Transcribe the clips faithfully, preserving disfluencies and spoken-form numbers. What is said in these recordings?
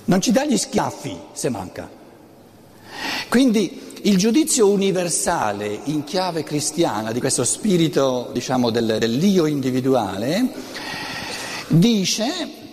non ci dà gli schiaffi se manca. Quindi il giudizio universale in chiave cristiana di questo spirito, diciamo, del, dell'io individuale dice,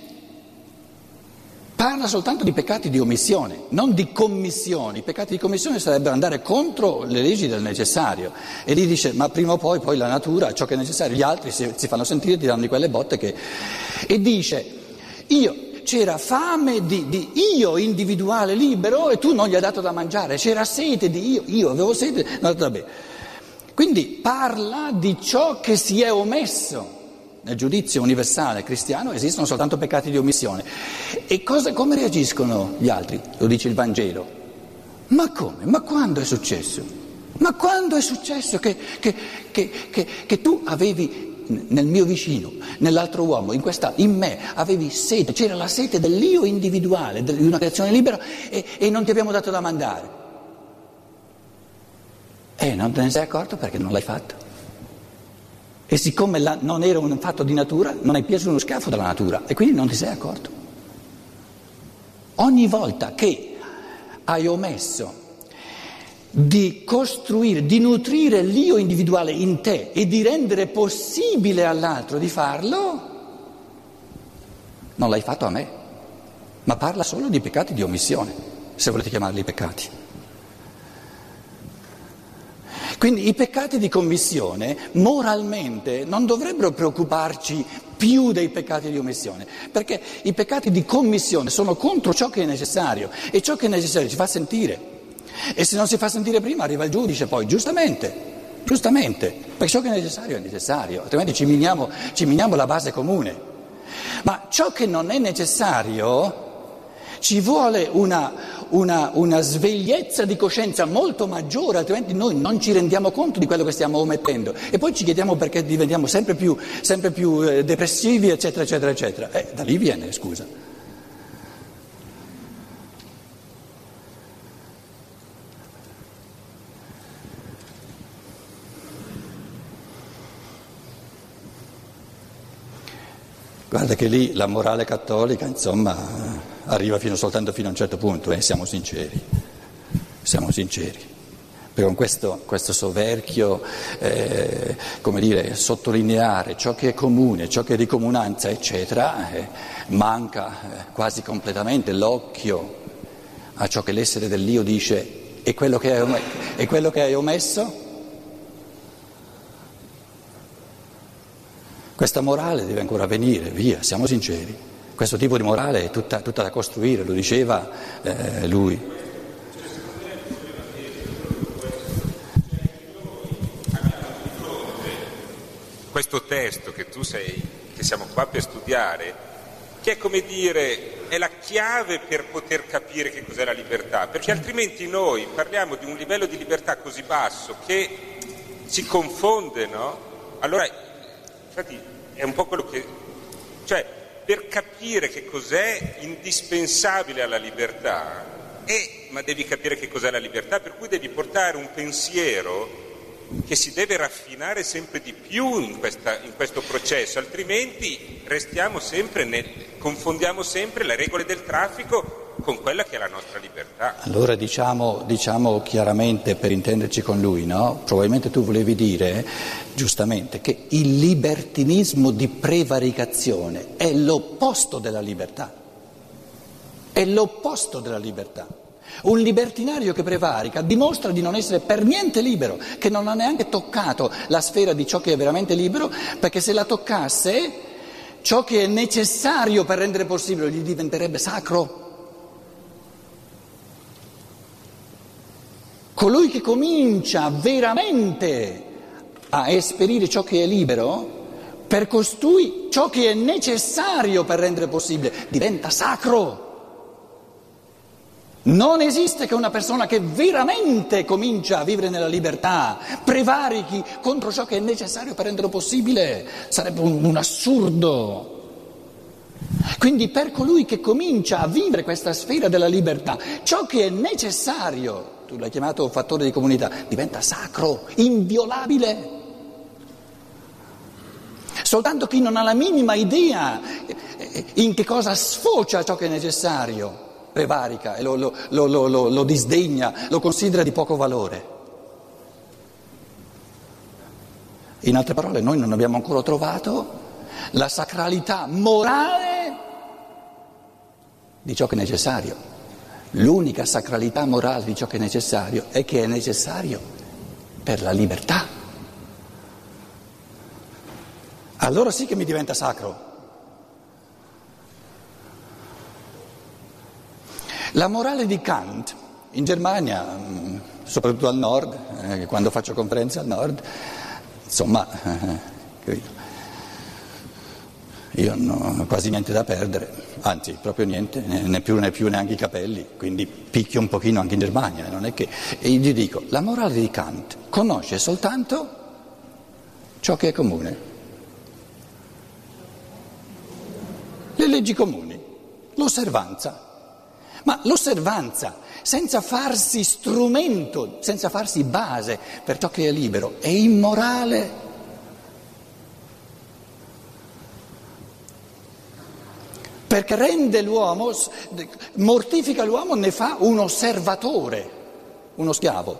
parla soltanto di peccati di omissione, non di commissione. I peccati di commissione sarebbero andare contro le leggi del necessario. E lì dice, ma prima o poi, poi la natura, ciò che è necessario, gli altri si, si fanno sentire, ti danno di quelle botte che... E dice, io... c'era fame di, di io individuale libero e tu non gli hai dato da mangiare, c'era sete di io, io avevo sete, no, vabbè. Quindi parla di ciò che si è omesso. Nel giudizio universale cristiano esistono soltanto peccati di omissione. E cosa, come reagiscono gli altri? Lo dice il Vangelo. Ma come? Ma quando è successo? Ma quando è successo che, che, che, che, che tu avevi... nel mio vicino, nell'altro uomo, in questa, in me, avevi sete, c'era la sete dell'io individuale, di una creazione libera e, e non ti abbiamo dato da mangiare. E non te ne sei accorto perché non l'hai fatto. E siccome la, non era un fatto di natura, non hai preso uno schiaffo dalla natura e quindi non ti sei accorto. Ogni volta che hai omesso di costruire, di nutrire l'io individuale in te e di rendere possibile all'altro di farlo, non l'hai fatto a me, ma parla solo di peccati di omissione, se volete chiamarli peccati. Quindi i peccati di commissione moralmente non dovrebbero preoccuparci più dei peccati di omissione, perché i peccati di commissione sono contro ciò che è necessario e ciò che è necessario ci fa sentire. E se non si fa sentire prima arriva il giudice poi, giustamente, giustamente, perché ciò che è necessario è necessario, altrimenti ci miniamo, ci miniamo la base comune. Ma ciò che non è necessario ci vuole una, una, una svegliezza di coscienza molto maggiore, altrimenti noi non ci rendiamo conto di quello che stiamo omettendo e poi ci chiediamo perché diventiamo sempre più, sempre più eh, depressivi, eccetera, eccetera, eccetera. Eh, da lì viene, scusa. Guarda che lì la morale cattolica, insomma, arriva fino, soltanto fino a un certo punto, e eh, siamo sinceri, siamo sinceri. Perché con questo, questo soverchio, eh, come dire, sottolineare ciò che è comune, ciò che è di comunanza, eccetera, eh, manca eh, quasi completamente l'occhio a ciò che l'essere dell'io dice, e quello che hai, e quello che hai omesso? Questa morale deve ancora venire, via, siamo sinceri. Questo tipo di morale è tutta, tutta da costruire, lo diceva eh, lui. Questo testo che tu sei, che siamo qua per studiare, che è come dire, è la chiave per poter capire che cos'è la libertà, perché altrimenti noi parliamo di un livello di libertà così basso che ci confonde, no? Allora, infatti è un po' quello che, cioè per capire che cos'è indispensabile alla libertà, eh, ma devi capire che cos'è la libertà, per cui devi portare un pensiero che si deve raffinare sempre di più in, questa, in questo processo, altrimenti restiamo sempre nel, confondiamo sempre le regole del traffico con quella che è la nostra libertà. Allora diciamo, diciamo chiaramente, per intenderci con lui, no? Probabilmente tu volevi dire, giustamente, che il libertinismo di prevaricazione è l'opposto della libertà. È l'opposto della libertà. Un libertinario che prevarica dimostra di non essere per niente libero, che non ha neanche toccato la sfera di ciò che è veramente libero, perché se la toccasse, ciò che è necessario per rendere possibile gli diventerebbe sacro. Colui che comincia veramente a esperire ciò che è libero, per costui ciò che è necessario per rendere possibile diventa sacro. Non esiste che una persona che veramente comincia a vivere nella libertà prevarichi contro ciò che è necessario per renderlo possibile, sarebbe un, un assurdo. Quindi per colui che comincia a vivere questa sfera della libertà, ciò che è necessario, tu l'hai chiamato fattore di comunità, diventa sacro, inviolabile. Soltanto chi non ha la minima idea in che cosa sfocia ciò che è necessario prevarica e lo, lo, lo, lo, lo, lo disdegna, lo considera di poco valore. In altre parole, noi non abbiamo ancora trovato la sacralità morale di ciò che è necessario. L'unica sacralità morale di ciò che è necessario è che è necessario per la libertà. Allora sì che mi diventa sacro. La morale di Kant in Germania, soprattutto al nord, eh, quando faccio conferenze al nord, insomma, eh, io non ho quasi niente da perdere, anzi proprio niente, né più né più neanche i capelli, quindi picchio un pochino anche in Germania, non è che... E gli dico, la morale di Kant conosce soltanto ciò che è comune, le leggi comuni, l'osservanza. Ma l'osservanza, senza farsi strumento, senza farsi base per ciò che è libero, è immorale. Perché rende l'uomo, mortifica l'uomo, ne fa un osservatore, uno schiavo.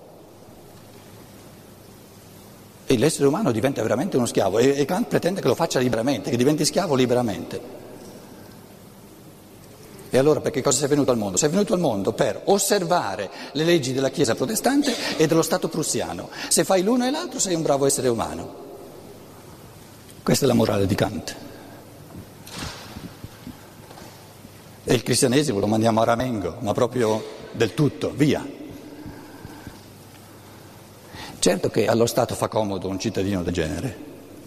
E l'essere umano diventa veramente uno schiavo e, e Kant pretende che lo faccia liberamente, che diventi schiavo liberamente. E allora perché cosa sei venuto al mondo? Sei venuto al mondo per osservare le leggi della Chiesa protestante e dello Stato prussiano. Se fai l'uno e l'altro sei un bravo essere umano. Questa è la morale di Kant. E il cristianesimo lo mandiamo a ramengo, ma proprio del tutto, via. Certo che allo Stato fa comodo un cittadino del genere.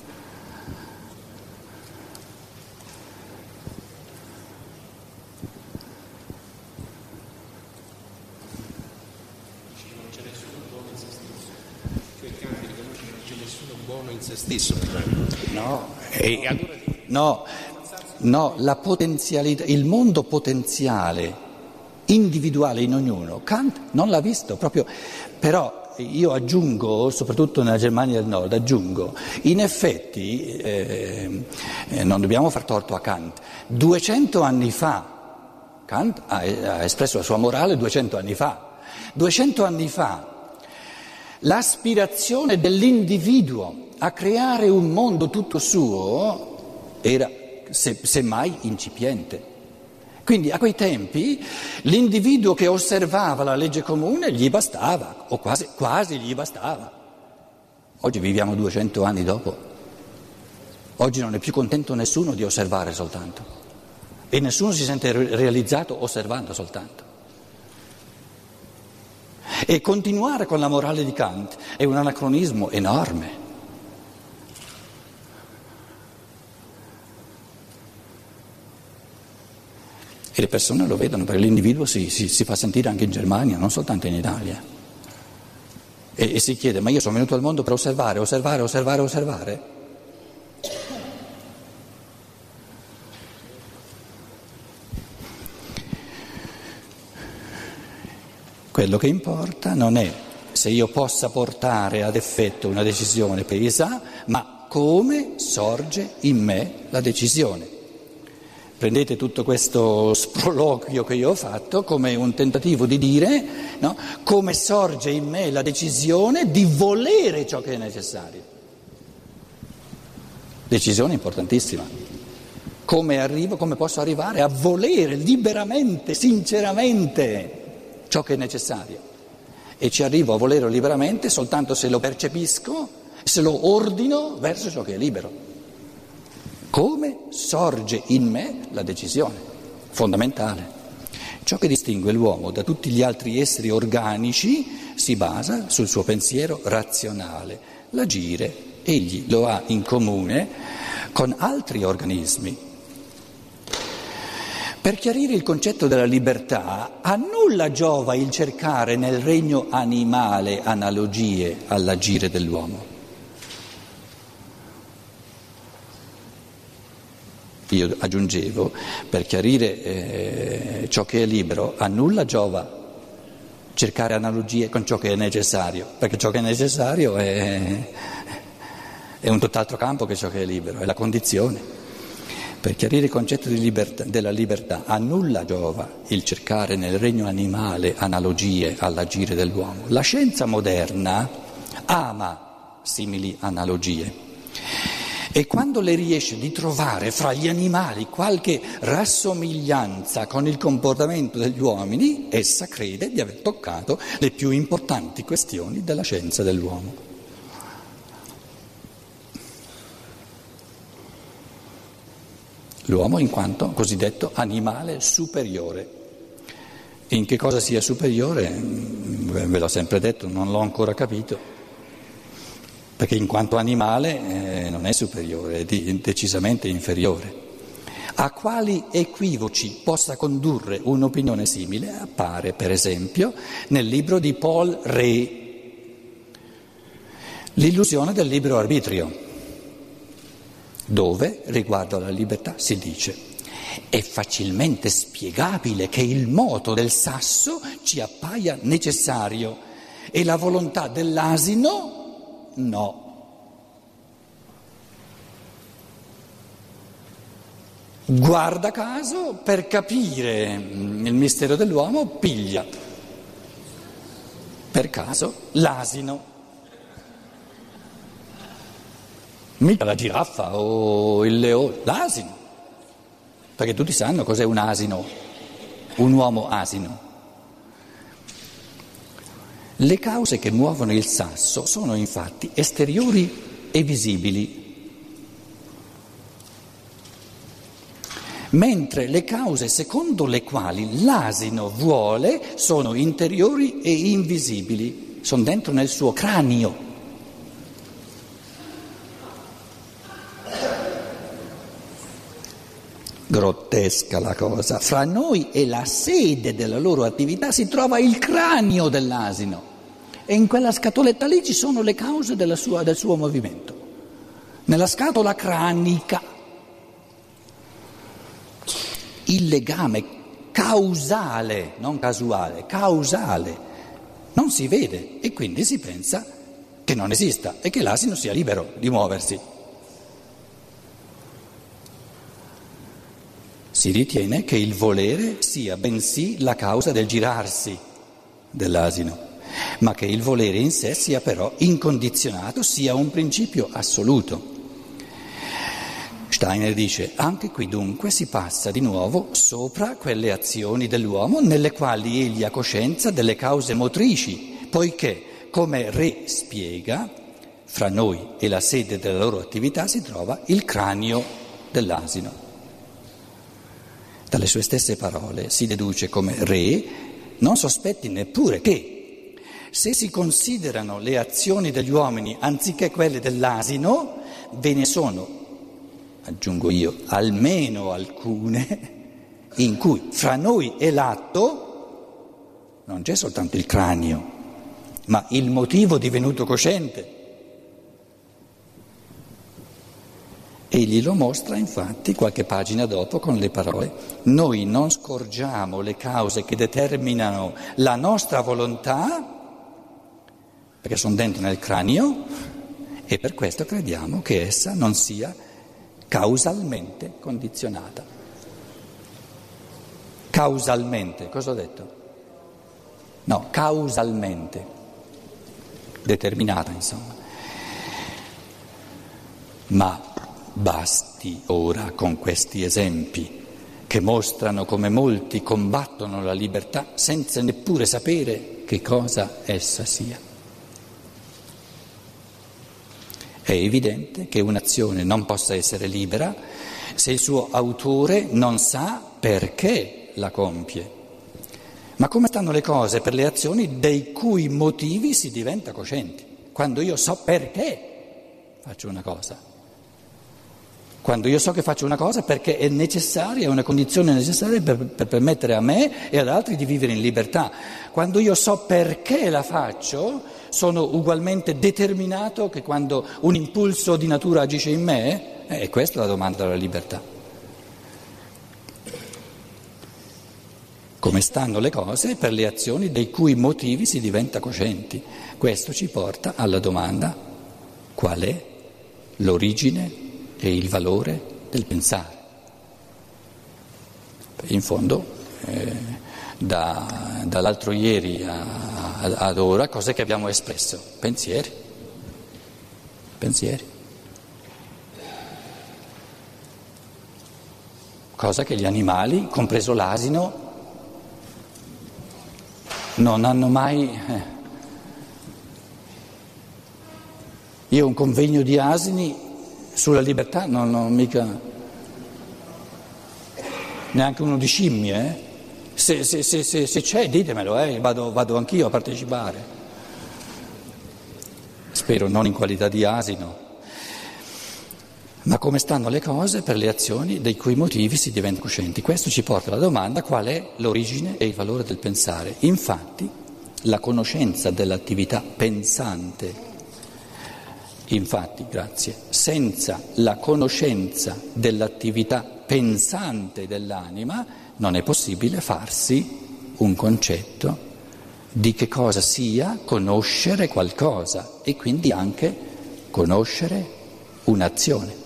Stesso. No, e allora... no, no, la potenzialità, il mondo potenziale individuale in ognuno, Kant non l'ha visto proprio, però io aggiungo, soprattutto nella Germania del Nord, aggiungo, in effetti, eh, eh, non dobbiamo far torto a Kant, duecento anni fa, Kant ha, ha espresso la sua morale duecento anni fa, duecento anni fa, l'aspirazione dell'individuo a creare un mondo tutto suo era se, semmai incipiente. Quindi a quei tempi l'individuo che osservava la legge comune gli bastava, o quasi, quasi gli bastava. Oggi viviamo duecento anni dopo. Oggi non è più contento nessuno di osservare soltanto. E nessuno si sente realizzato osservando soltanto. E continuare con la morale di Kant è un anacronismo enorme. E le persone lo vedono, perché l'individuo si, si, si fa sentire anche in Germania, non soltanto in Italia. E, e si chiede, ma io sono venuto al mondo per osservare, osservare, osservare, osservare? Quello che importa non è se io possa portare ad effetto una decisione presa, ma come sorge in me la decisione. Prendete tutto questo sproloquio che io ho fatto come un tentativo di dire, no, come sorge in me la decisione di volere ciò che è necessario. Decisione importantissima. Come arrivo, come posso arrivare a volere liberamente, sinceramente ciò che è necessario. E ci arrivo a volere liberamente soltanto se lo percepisco, se lo ordino verso ciò che è libero. Come sorge in me la decisione, fondamentale. Ciò che distingue l'uomo da tutti gli altri esseri organici si basa sul suo pensiero razionale. L'agire egli lo ha in comune con altri organismi. Per chiarire il concetto della libertà, a nulla giova il cercare nel regno animale analogie all'agire dell'uomo. Io aggiungevo, per chiarire eh, ciò che è libero, a nulla giova cercare analogie con ciò che è necessario, perché ciò che è necessario è, è un tutt'altro campo che ciò che è libero, è la condizione. Per chiarire il concetto di libertà, della libertà, a nulla giova il cercare nel regno animale analogie all'agire dell'uomo. La scienza moderna ama simili analogie e quando le riesce di trovare fra gli animali qualche rassomiglianza con il comportamento degli uomini, essa crede di aver toccato le più importanti questioni della scienza dell'uomo. L'uomo in quanto cosiddetto animale superiore. In che cosa sia superiore, ve l'ho sempre detto, non l'ho ancora capito, perché in quanto animale eh, non è superiore, è di, decisamente inferiore. A quali equivoci possa condurre un'opinione simile appare, per esempio, nel libro di Paul Rée, L'illusione del libero arbitrio, dove, riguardo alla libertà, si dice: è facilmente spiegabile che il moto del sasso ci appaia necessario e la volontà dell'asino no. Guarda caso, per capire il mistero dell'uomo, piglia per caso l'asino. Mica la giraffa o il leone, l'asino, perché tutti sanno cos'è un asino, un uomo asino. Le cause che muovono il sasso sono infatti esteriori e visibili, mentre le cause secondo le quali l'asino vuole sono interiori e invisibili, sono dentro nel suo cranio. Grottesca la cosa. Fra noi e la sede della loro attività si trova il cranio dell'asino e in quella scatoletta lì ci sono le cause della sua, del suo movimento. Nella scatola cranica il legame causale, non casuale, causale, non si vede e quindi si pensa che non esista e che l'asino sia libero di muoversi. Si ritiene che il volere sia bensì la causa del girarsi dell'asino, ma che il volere in sé sia però incondizionato, sia un principio assoluto. Steiner dice: anche qui dunque si passa di nuovo sopra quelle azioni dell'uomo nelle quali egli ha coscienza delle cause motrici, poiché, come Rée spiega, fra noi e la sede della loro attività si trova il cranio dell'asino. Dalle sue stesse parole si deduce come Rée non sospetti neppure che, se si considerano le azioni degli uomini anziché quelle dell'asino, ve ne sono, aggiungo io, almeno alcune in cui fra noi e l'atto non c'è soltanto il cranio, ma il motivo divenuto cosciente. Egli lo mostra infatti qualche pagina dopo con le parole: noi non scorgiamo le cause che determinano la nostra volontà, perché sono dentro nel cranio, e per questo crediamo che essa non sia causalmente condizionata. Causalmente, cosa ho detto? No, causalmente, determinata insomma. Ma basti ora con questi esempi che mostrano come molti combattono la libertà senza neppure sapere che cosa essa sia. È evidente che un'azione non possa essere libera se il suo autore non sa perché la compie. Ma come stanno le cose per le azioni dei cui motivi si diventa coscienti? Quando io so perché faccio una cosa. Quando io so che faccio una cosa perché è necessaria, è una condizione necessaria per, per permettere a me e ad altri di vivere in libertà. Quando io so perché la faccio, sono ugualmente determinato che quando un impulso di natura agisce in me, eh, è questa la domanda della libertà. Come stanno le cose per le azioni dei cui motivi si diventa coscienti? Questo ci porta alla domanda: qual è l'origine e il valore del pensare? In fondo, eh, da, dall'altro ieri a, a, ad ora, cos'è che abbiamo espresso? Pensieri. Pensieri. Cosa che gli animali, compreso l'asino, non hanno mai... Eh. Io un convegno di asini sulla libertà non ho mica... neanche uno di scimmie, eh? se, se, se, se, se c'è ditemelo, eh? vado, vado anch'io a partecipare. Spero non in qualità di asino. Ma come stanno le cose per le azioni dei cui motivi si diventa coscienti? Questo ci porta alla domanda: qual è l'origine e il valore del pensare? Infatti, la conoscenza dell'attività pensante, infatti, grazie, senza la conoscenza dell'attività pensante dell'anima non è possibile farsi un concetto di che cosa sia conoscere qualcosa e quindi anche conoscere un'azione.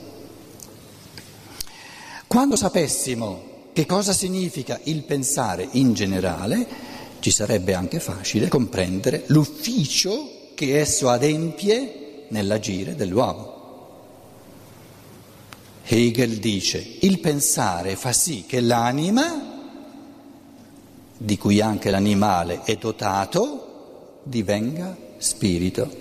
Quando sapessimo che cosa significa il pensare in generale, ci sarebbe anche facile comprendere l'ufficio che esso adempie nell'agire dell'uomo. Hegel dice: il pensare fa sì che l'anima, di cui anche l'animale è dotato, divenga spirito.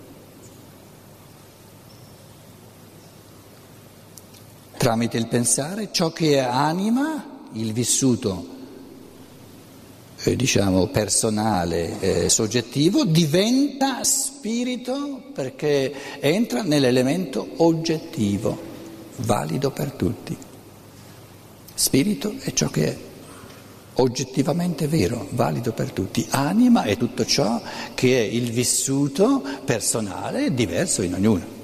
Tramite il pensare, ciò che è anima, il vissuto, eh, diciamo, personale, eh, soggettivo, diventa spirito perché entra nell'elemento oggettivo, valido per tutti. Spirito è ciò che è oggettivamente vero, valido per tutti. Anima è tutto ciò che è il vissuto personale, diverso in ognuno.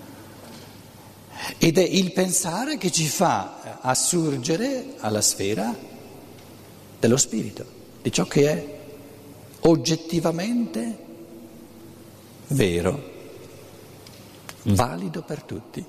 Ed è il pensare che ci fa assurgere alla sfera dello spirito, di ciò che è oggettivamente vero, valido per tutti.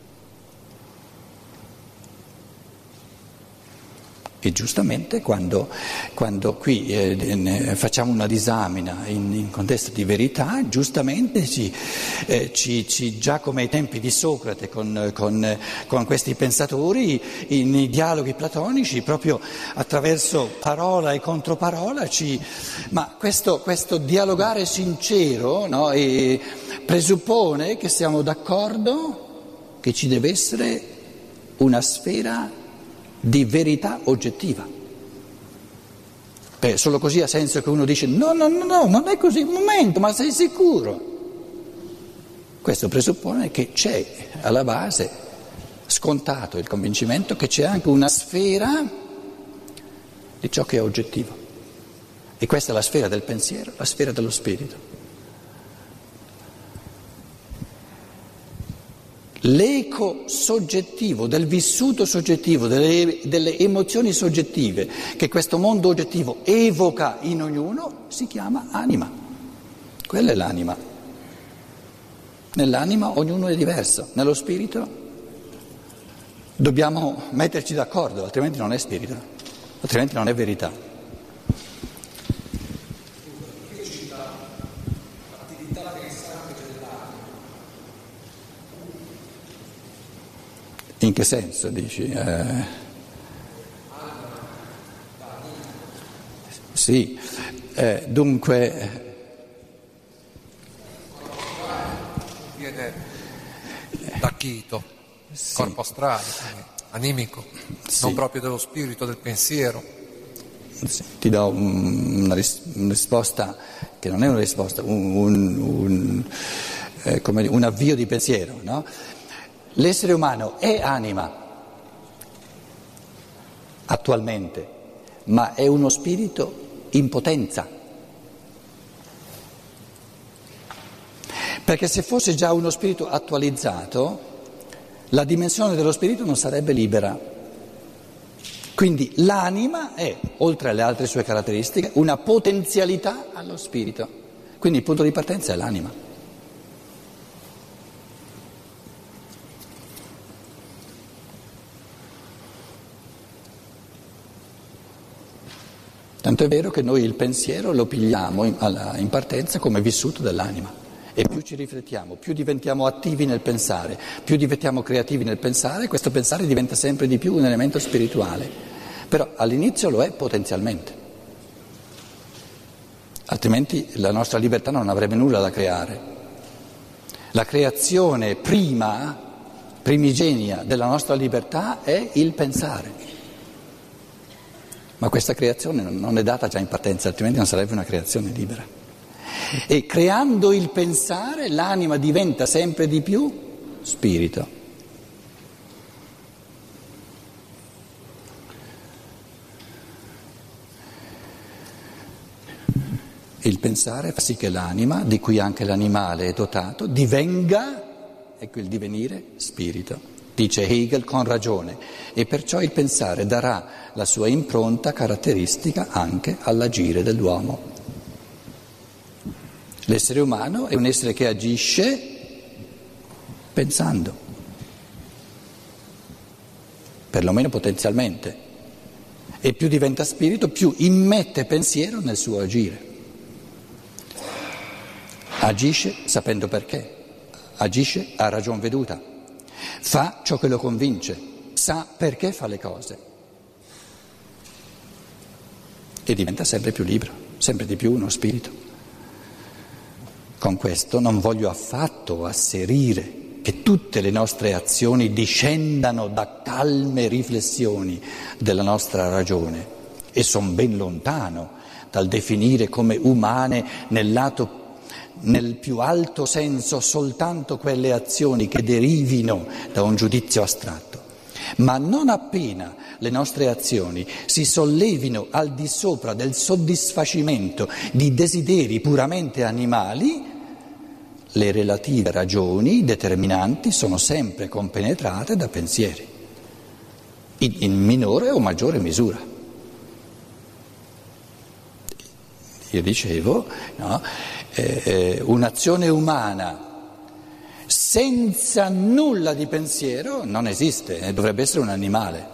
E giustamente quando, quando qui eh, facciamo una disamina in, in contesto di verità, giustamente ci, eh, ci, ci, già come ai tempi di Socrate con, con, con questi pensatori, nei dialoghi platonici, proprio attraverso parola e controparola, ci, ma questo, questo dialogare sincero, no, e presuppone che siamo d'accordo che ci deve essere una sfera di verità oggettiva. Beh, solo così ha senso che uno dice no, no, no, no, non è così, un momento, ma sei sicuro? Questo presuppone che c'è alla base, scontato il convincimento, che c'è anche una sfera di ciò che è oggettivo. E questa è la sfera del pensiero, la sfera dello spirito. L'eco soggettivo, del vissuto soggettivo, delle, delle emozioni soggettive che questo mondo oggettivo evoca in ognuno si chiama anima. Quella è l'anima. Nell'anima ognuno è diverso, nello spirito dobbiamo metterci d'accordo, altrimenti non è spirito, altrimenti non è verità. In che senso dici? Eh, sì, eh, dunque viene da Chito, sì. Corpo astrale, animico, sì. Non proprio dello spirito, del pensiero. Sì, ti do un, una, ris- una risposta che non è una risposta, un, un, un, eh, come un avvio di pensiero, no? L'essere umano è anima attualmente, ma è uno spirito in potenza. Perché se fosse già uno spirito attualizzato, la dimensione dello spirito non sarebbe libera. Quindi l'anima è, oltre alle altre sue caratteristiche, una potenzialità allo spirito. Quindi il punto di partenza è l'anima. Tanto è vero che noi il pensiero lo pigliamo in, alla, in partenza come vissuto dell'anima. E più ci riflettiamo, più diventiamo attivi nel pensare, più diventiamo creativi nel pensare, questo pensare diventa sempre di più un elemento spirituale. Però all'inizio lo è potenzialmente. Altrimenti la nostra libertà non avrebbe nulla da creare. La creazione prima, primigenia della nostra libertà è il pensare. Ma questa creazione non è data già in partenza, altrimenti non sarebbe una creazione libera. E creando il pensare l'anima diventa sempre di più spirito. Il pensare fa sì che l'anima, di cui anche l'animale è dotato, divenga, ecco il divenire, spirito. Dice Hegel con ragione, e perciò il pensare darà la sua impronta caratteristica anche all'agire dell'uomo. L'essere umano è un essere che agisce pensando, perlomeno potenzialmente, e più diventa spirito, più immette pensiero nel suo agire. Agisce sapendo perché, agisce a ragion veduta, fa ciò che lo convince, sa perché fa le cose e diventa sempre più libero, sempre di più uno spirito. Con questo non voglio affatto asserire che tutte le nostre azioni discendano da calme riflessioni della nostra ragione e sono ben lontano dal definire come umane nel lato, nel più alto senso soltanto quelle azioni che derivino da un giudizio astratto. Ma non appena le nostre azioni si sollevino al di sopra del soddisfacimento di desideri puramente animali, le relative ragioni determinanti sono sempre compenetrate da pensieri, in, in minore o maggiore misura. Io dicevo, no, eh, un'azione umana senza nulla di pensiero non esiste, dovrebbe essere un animale.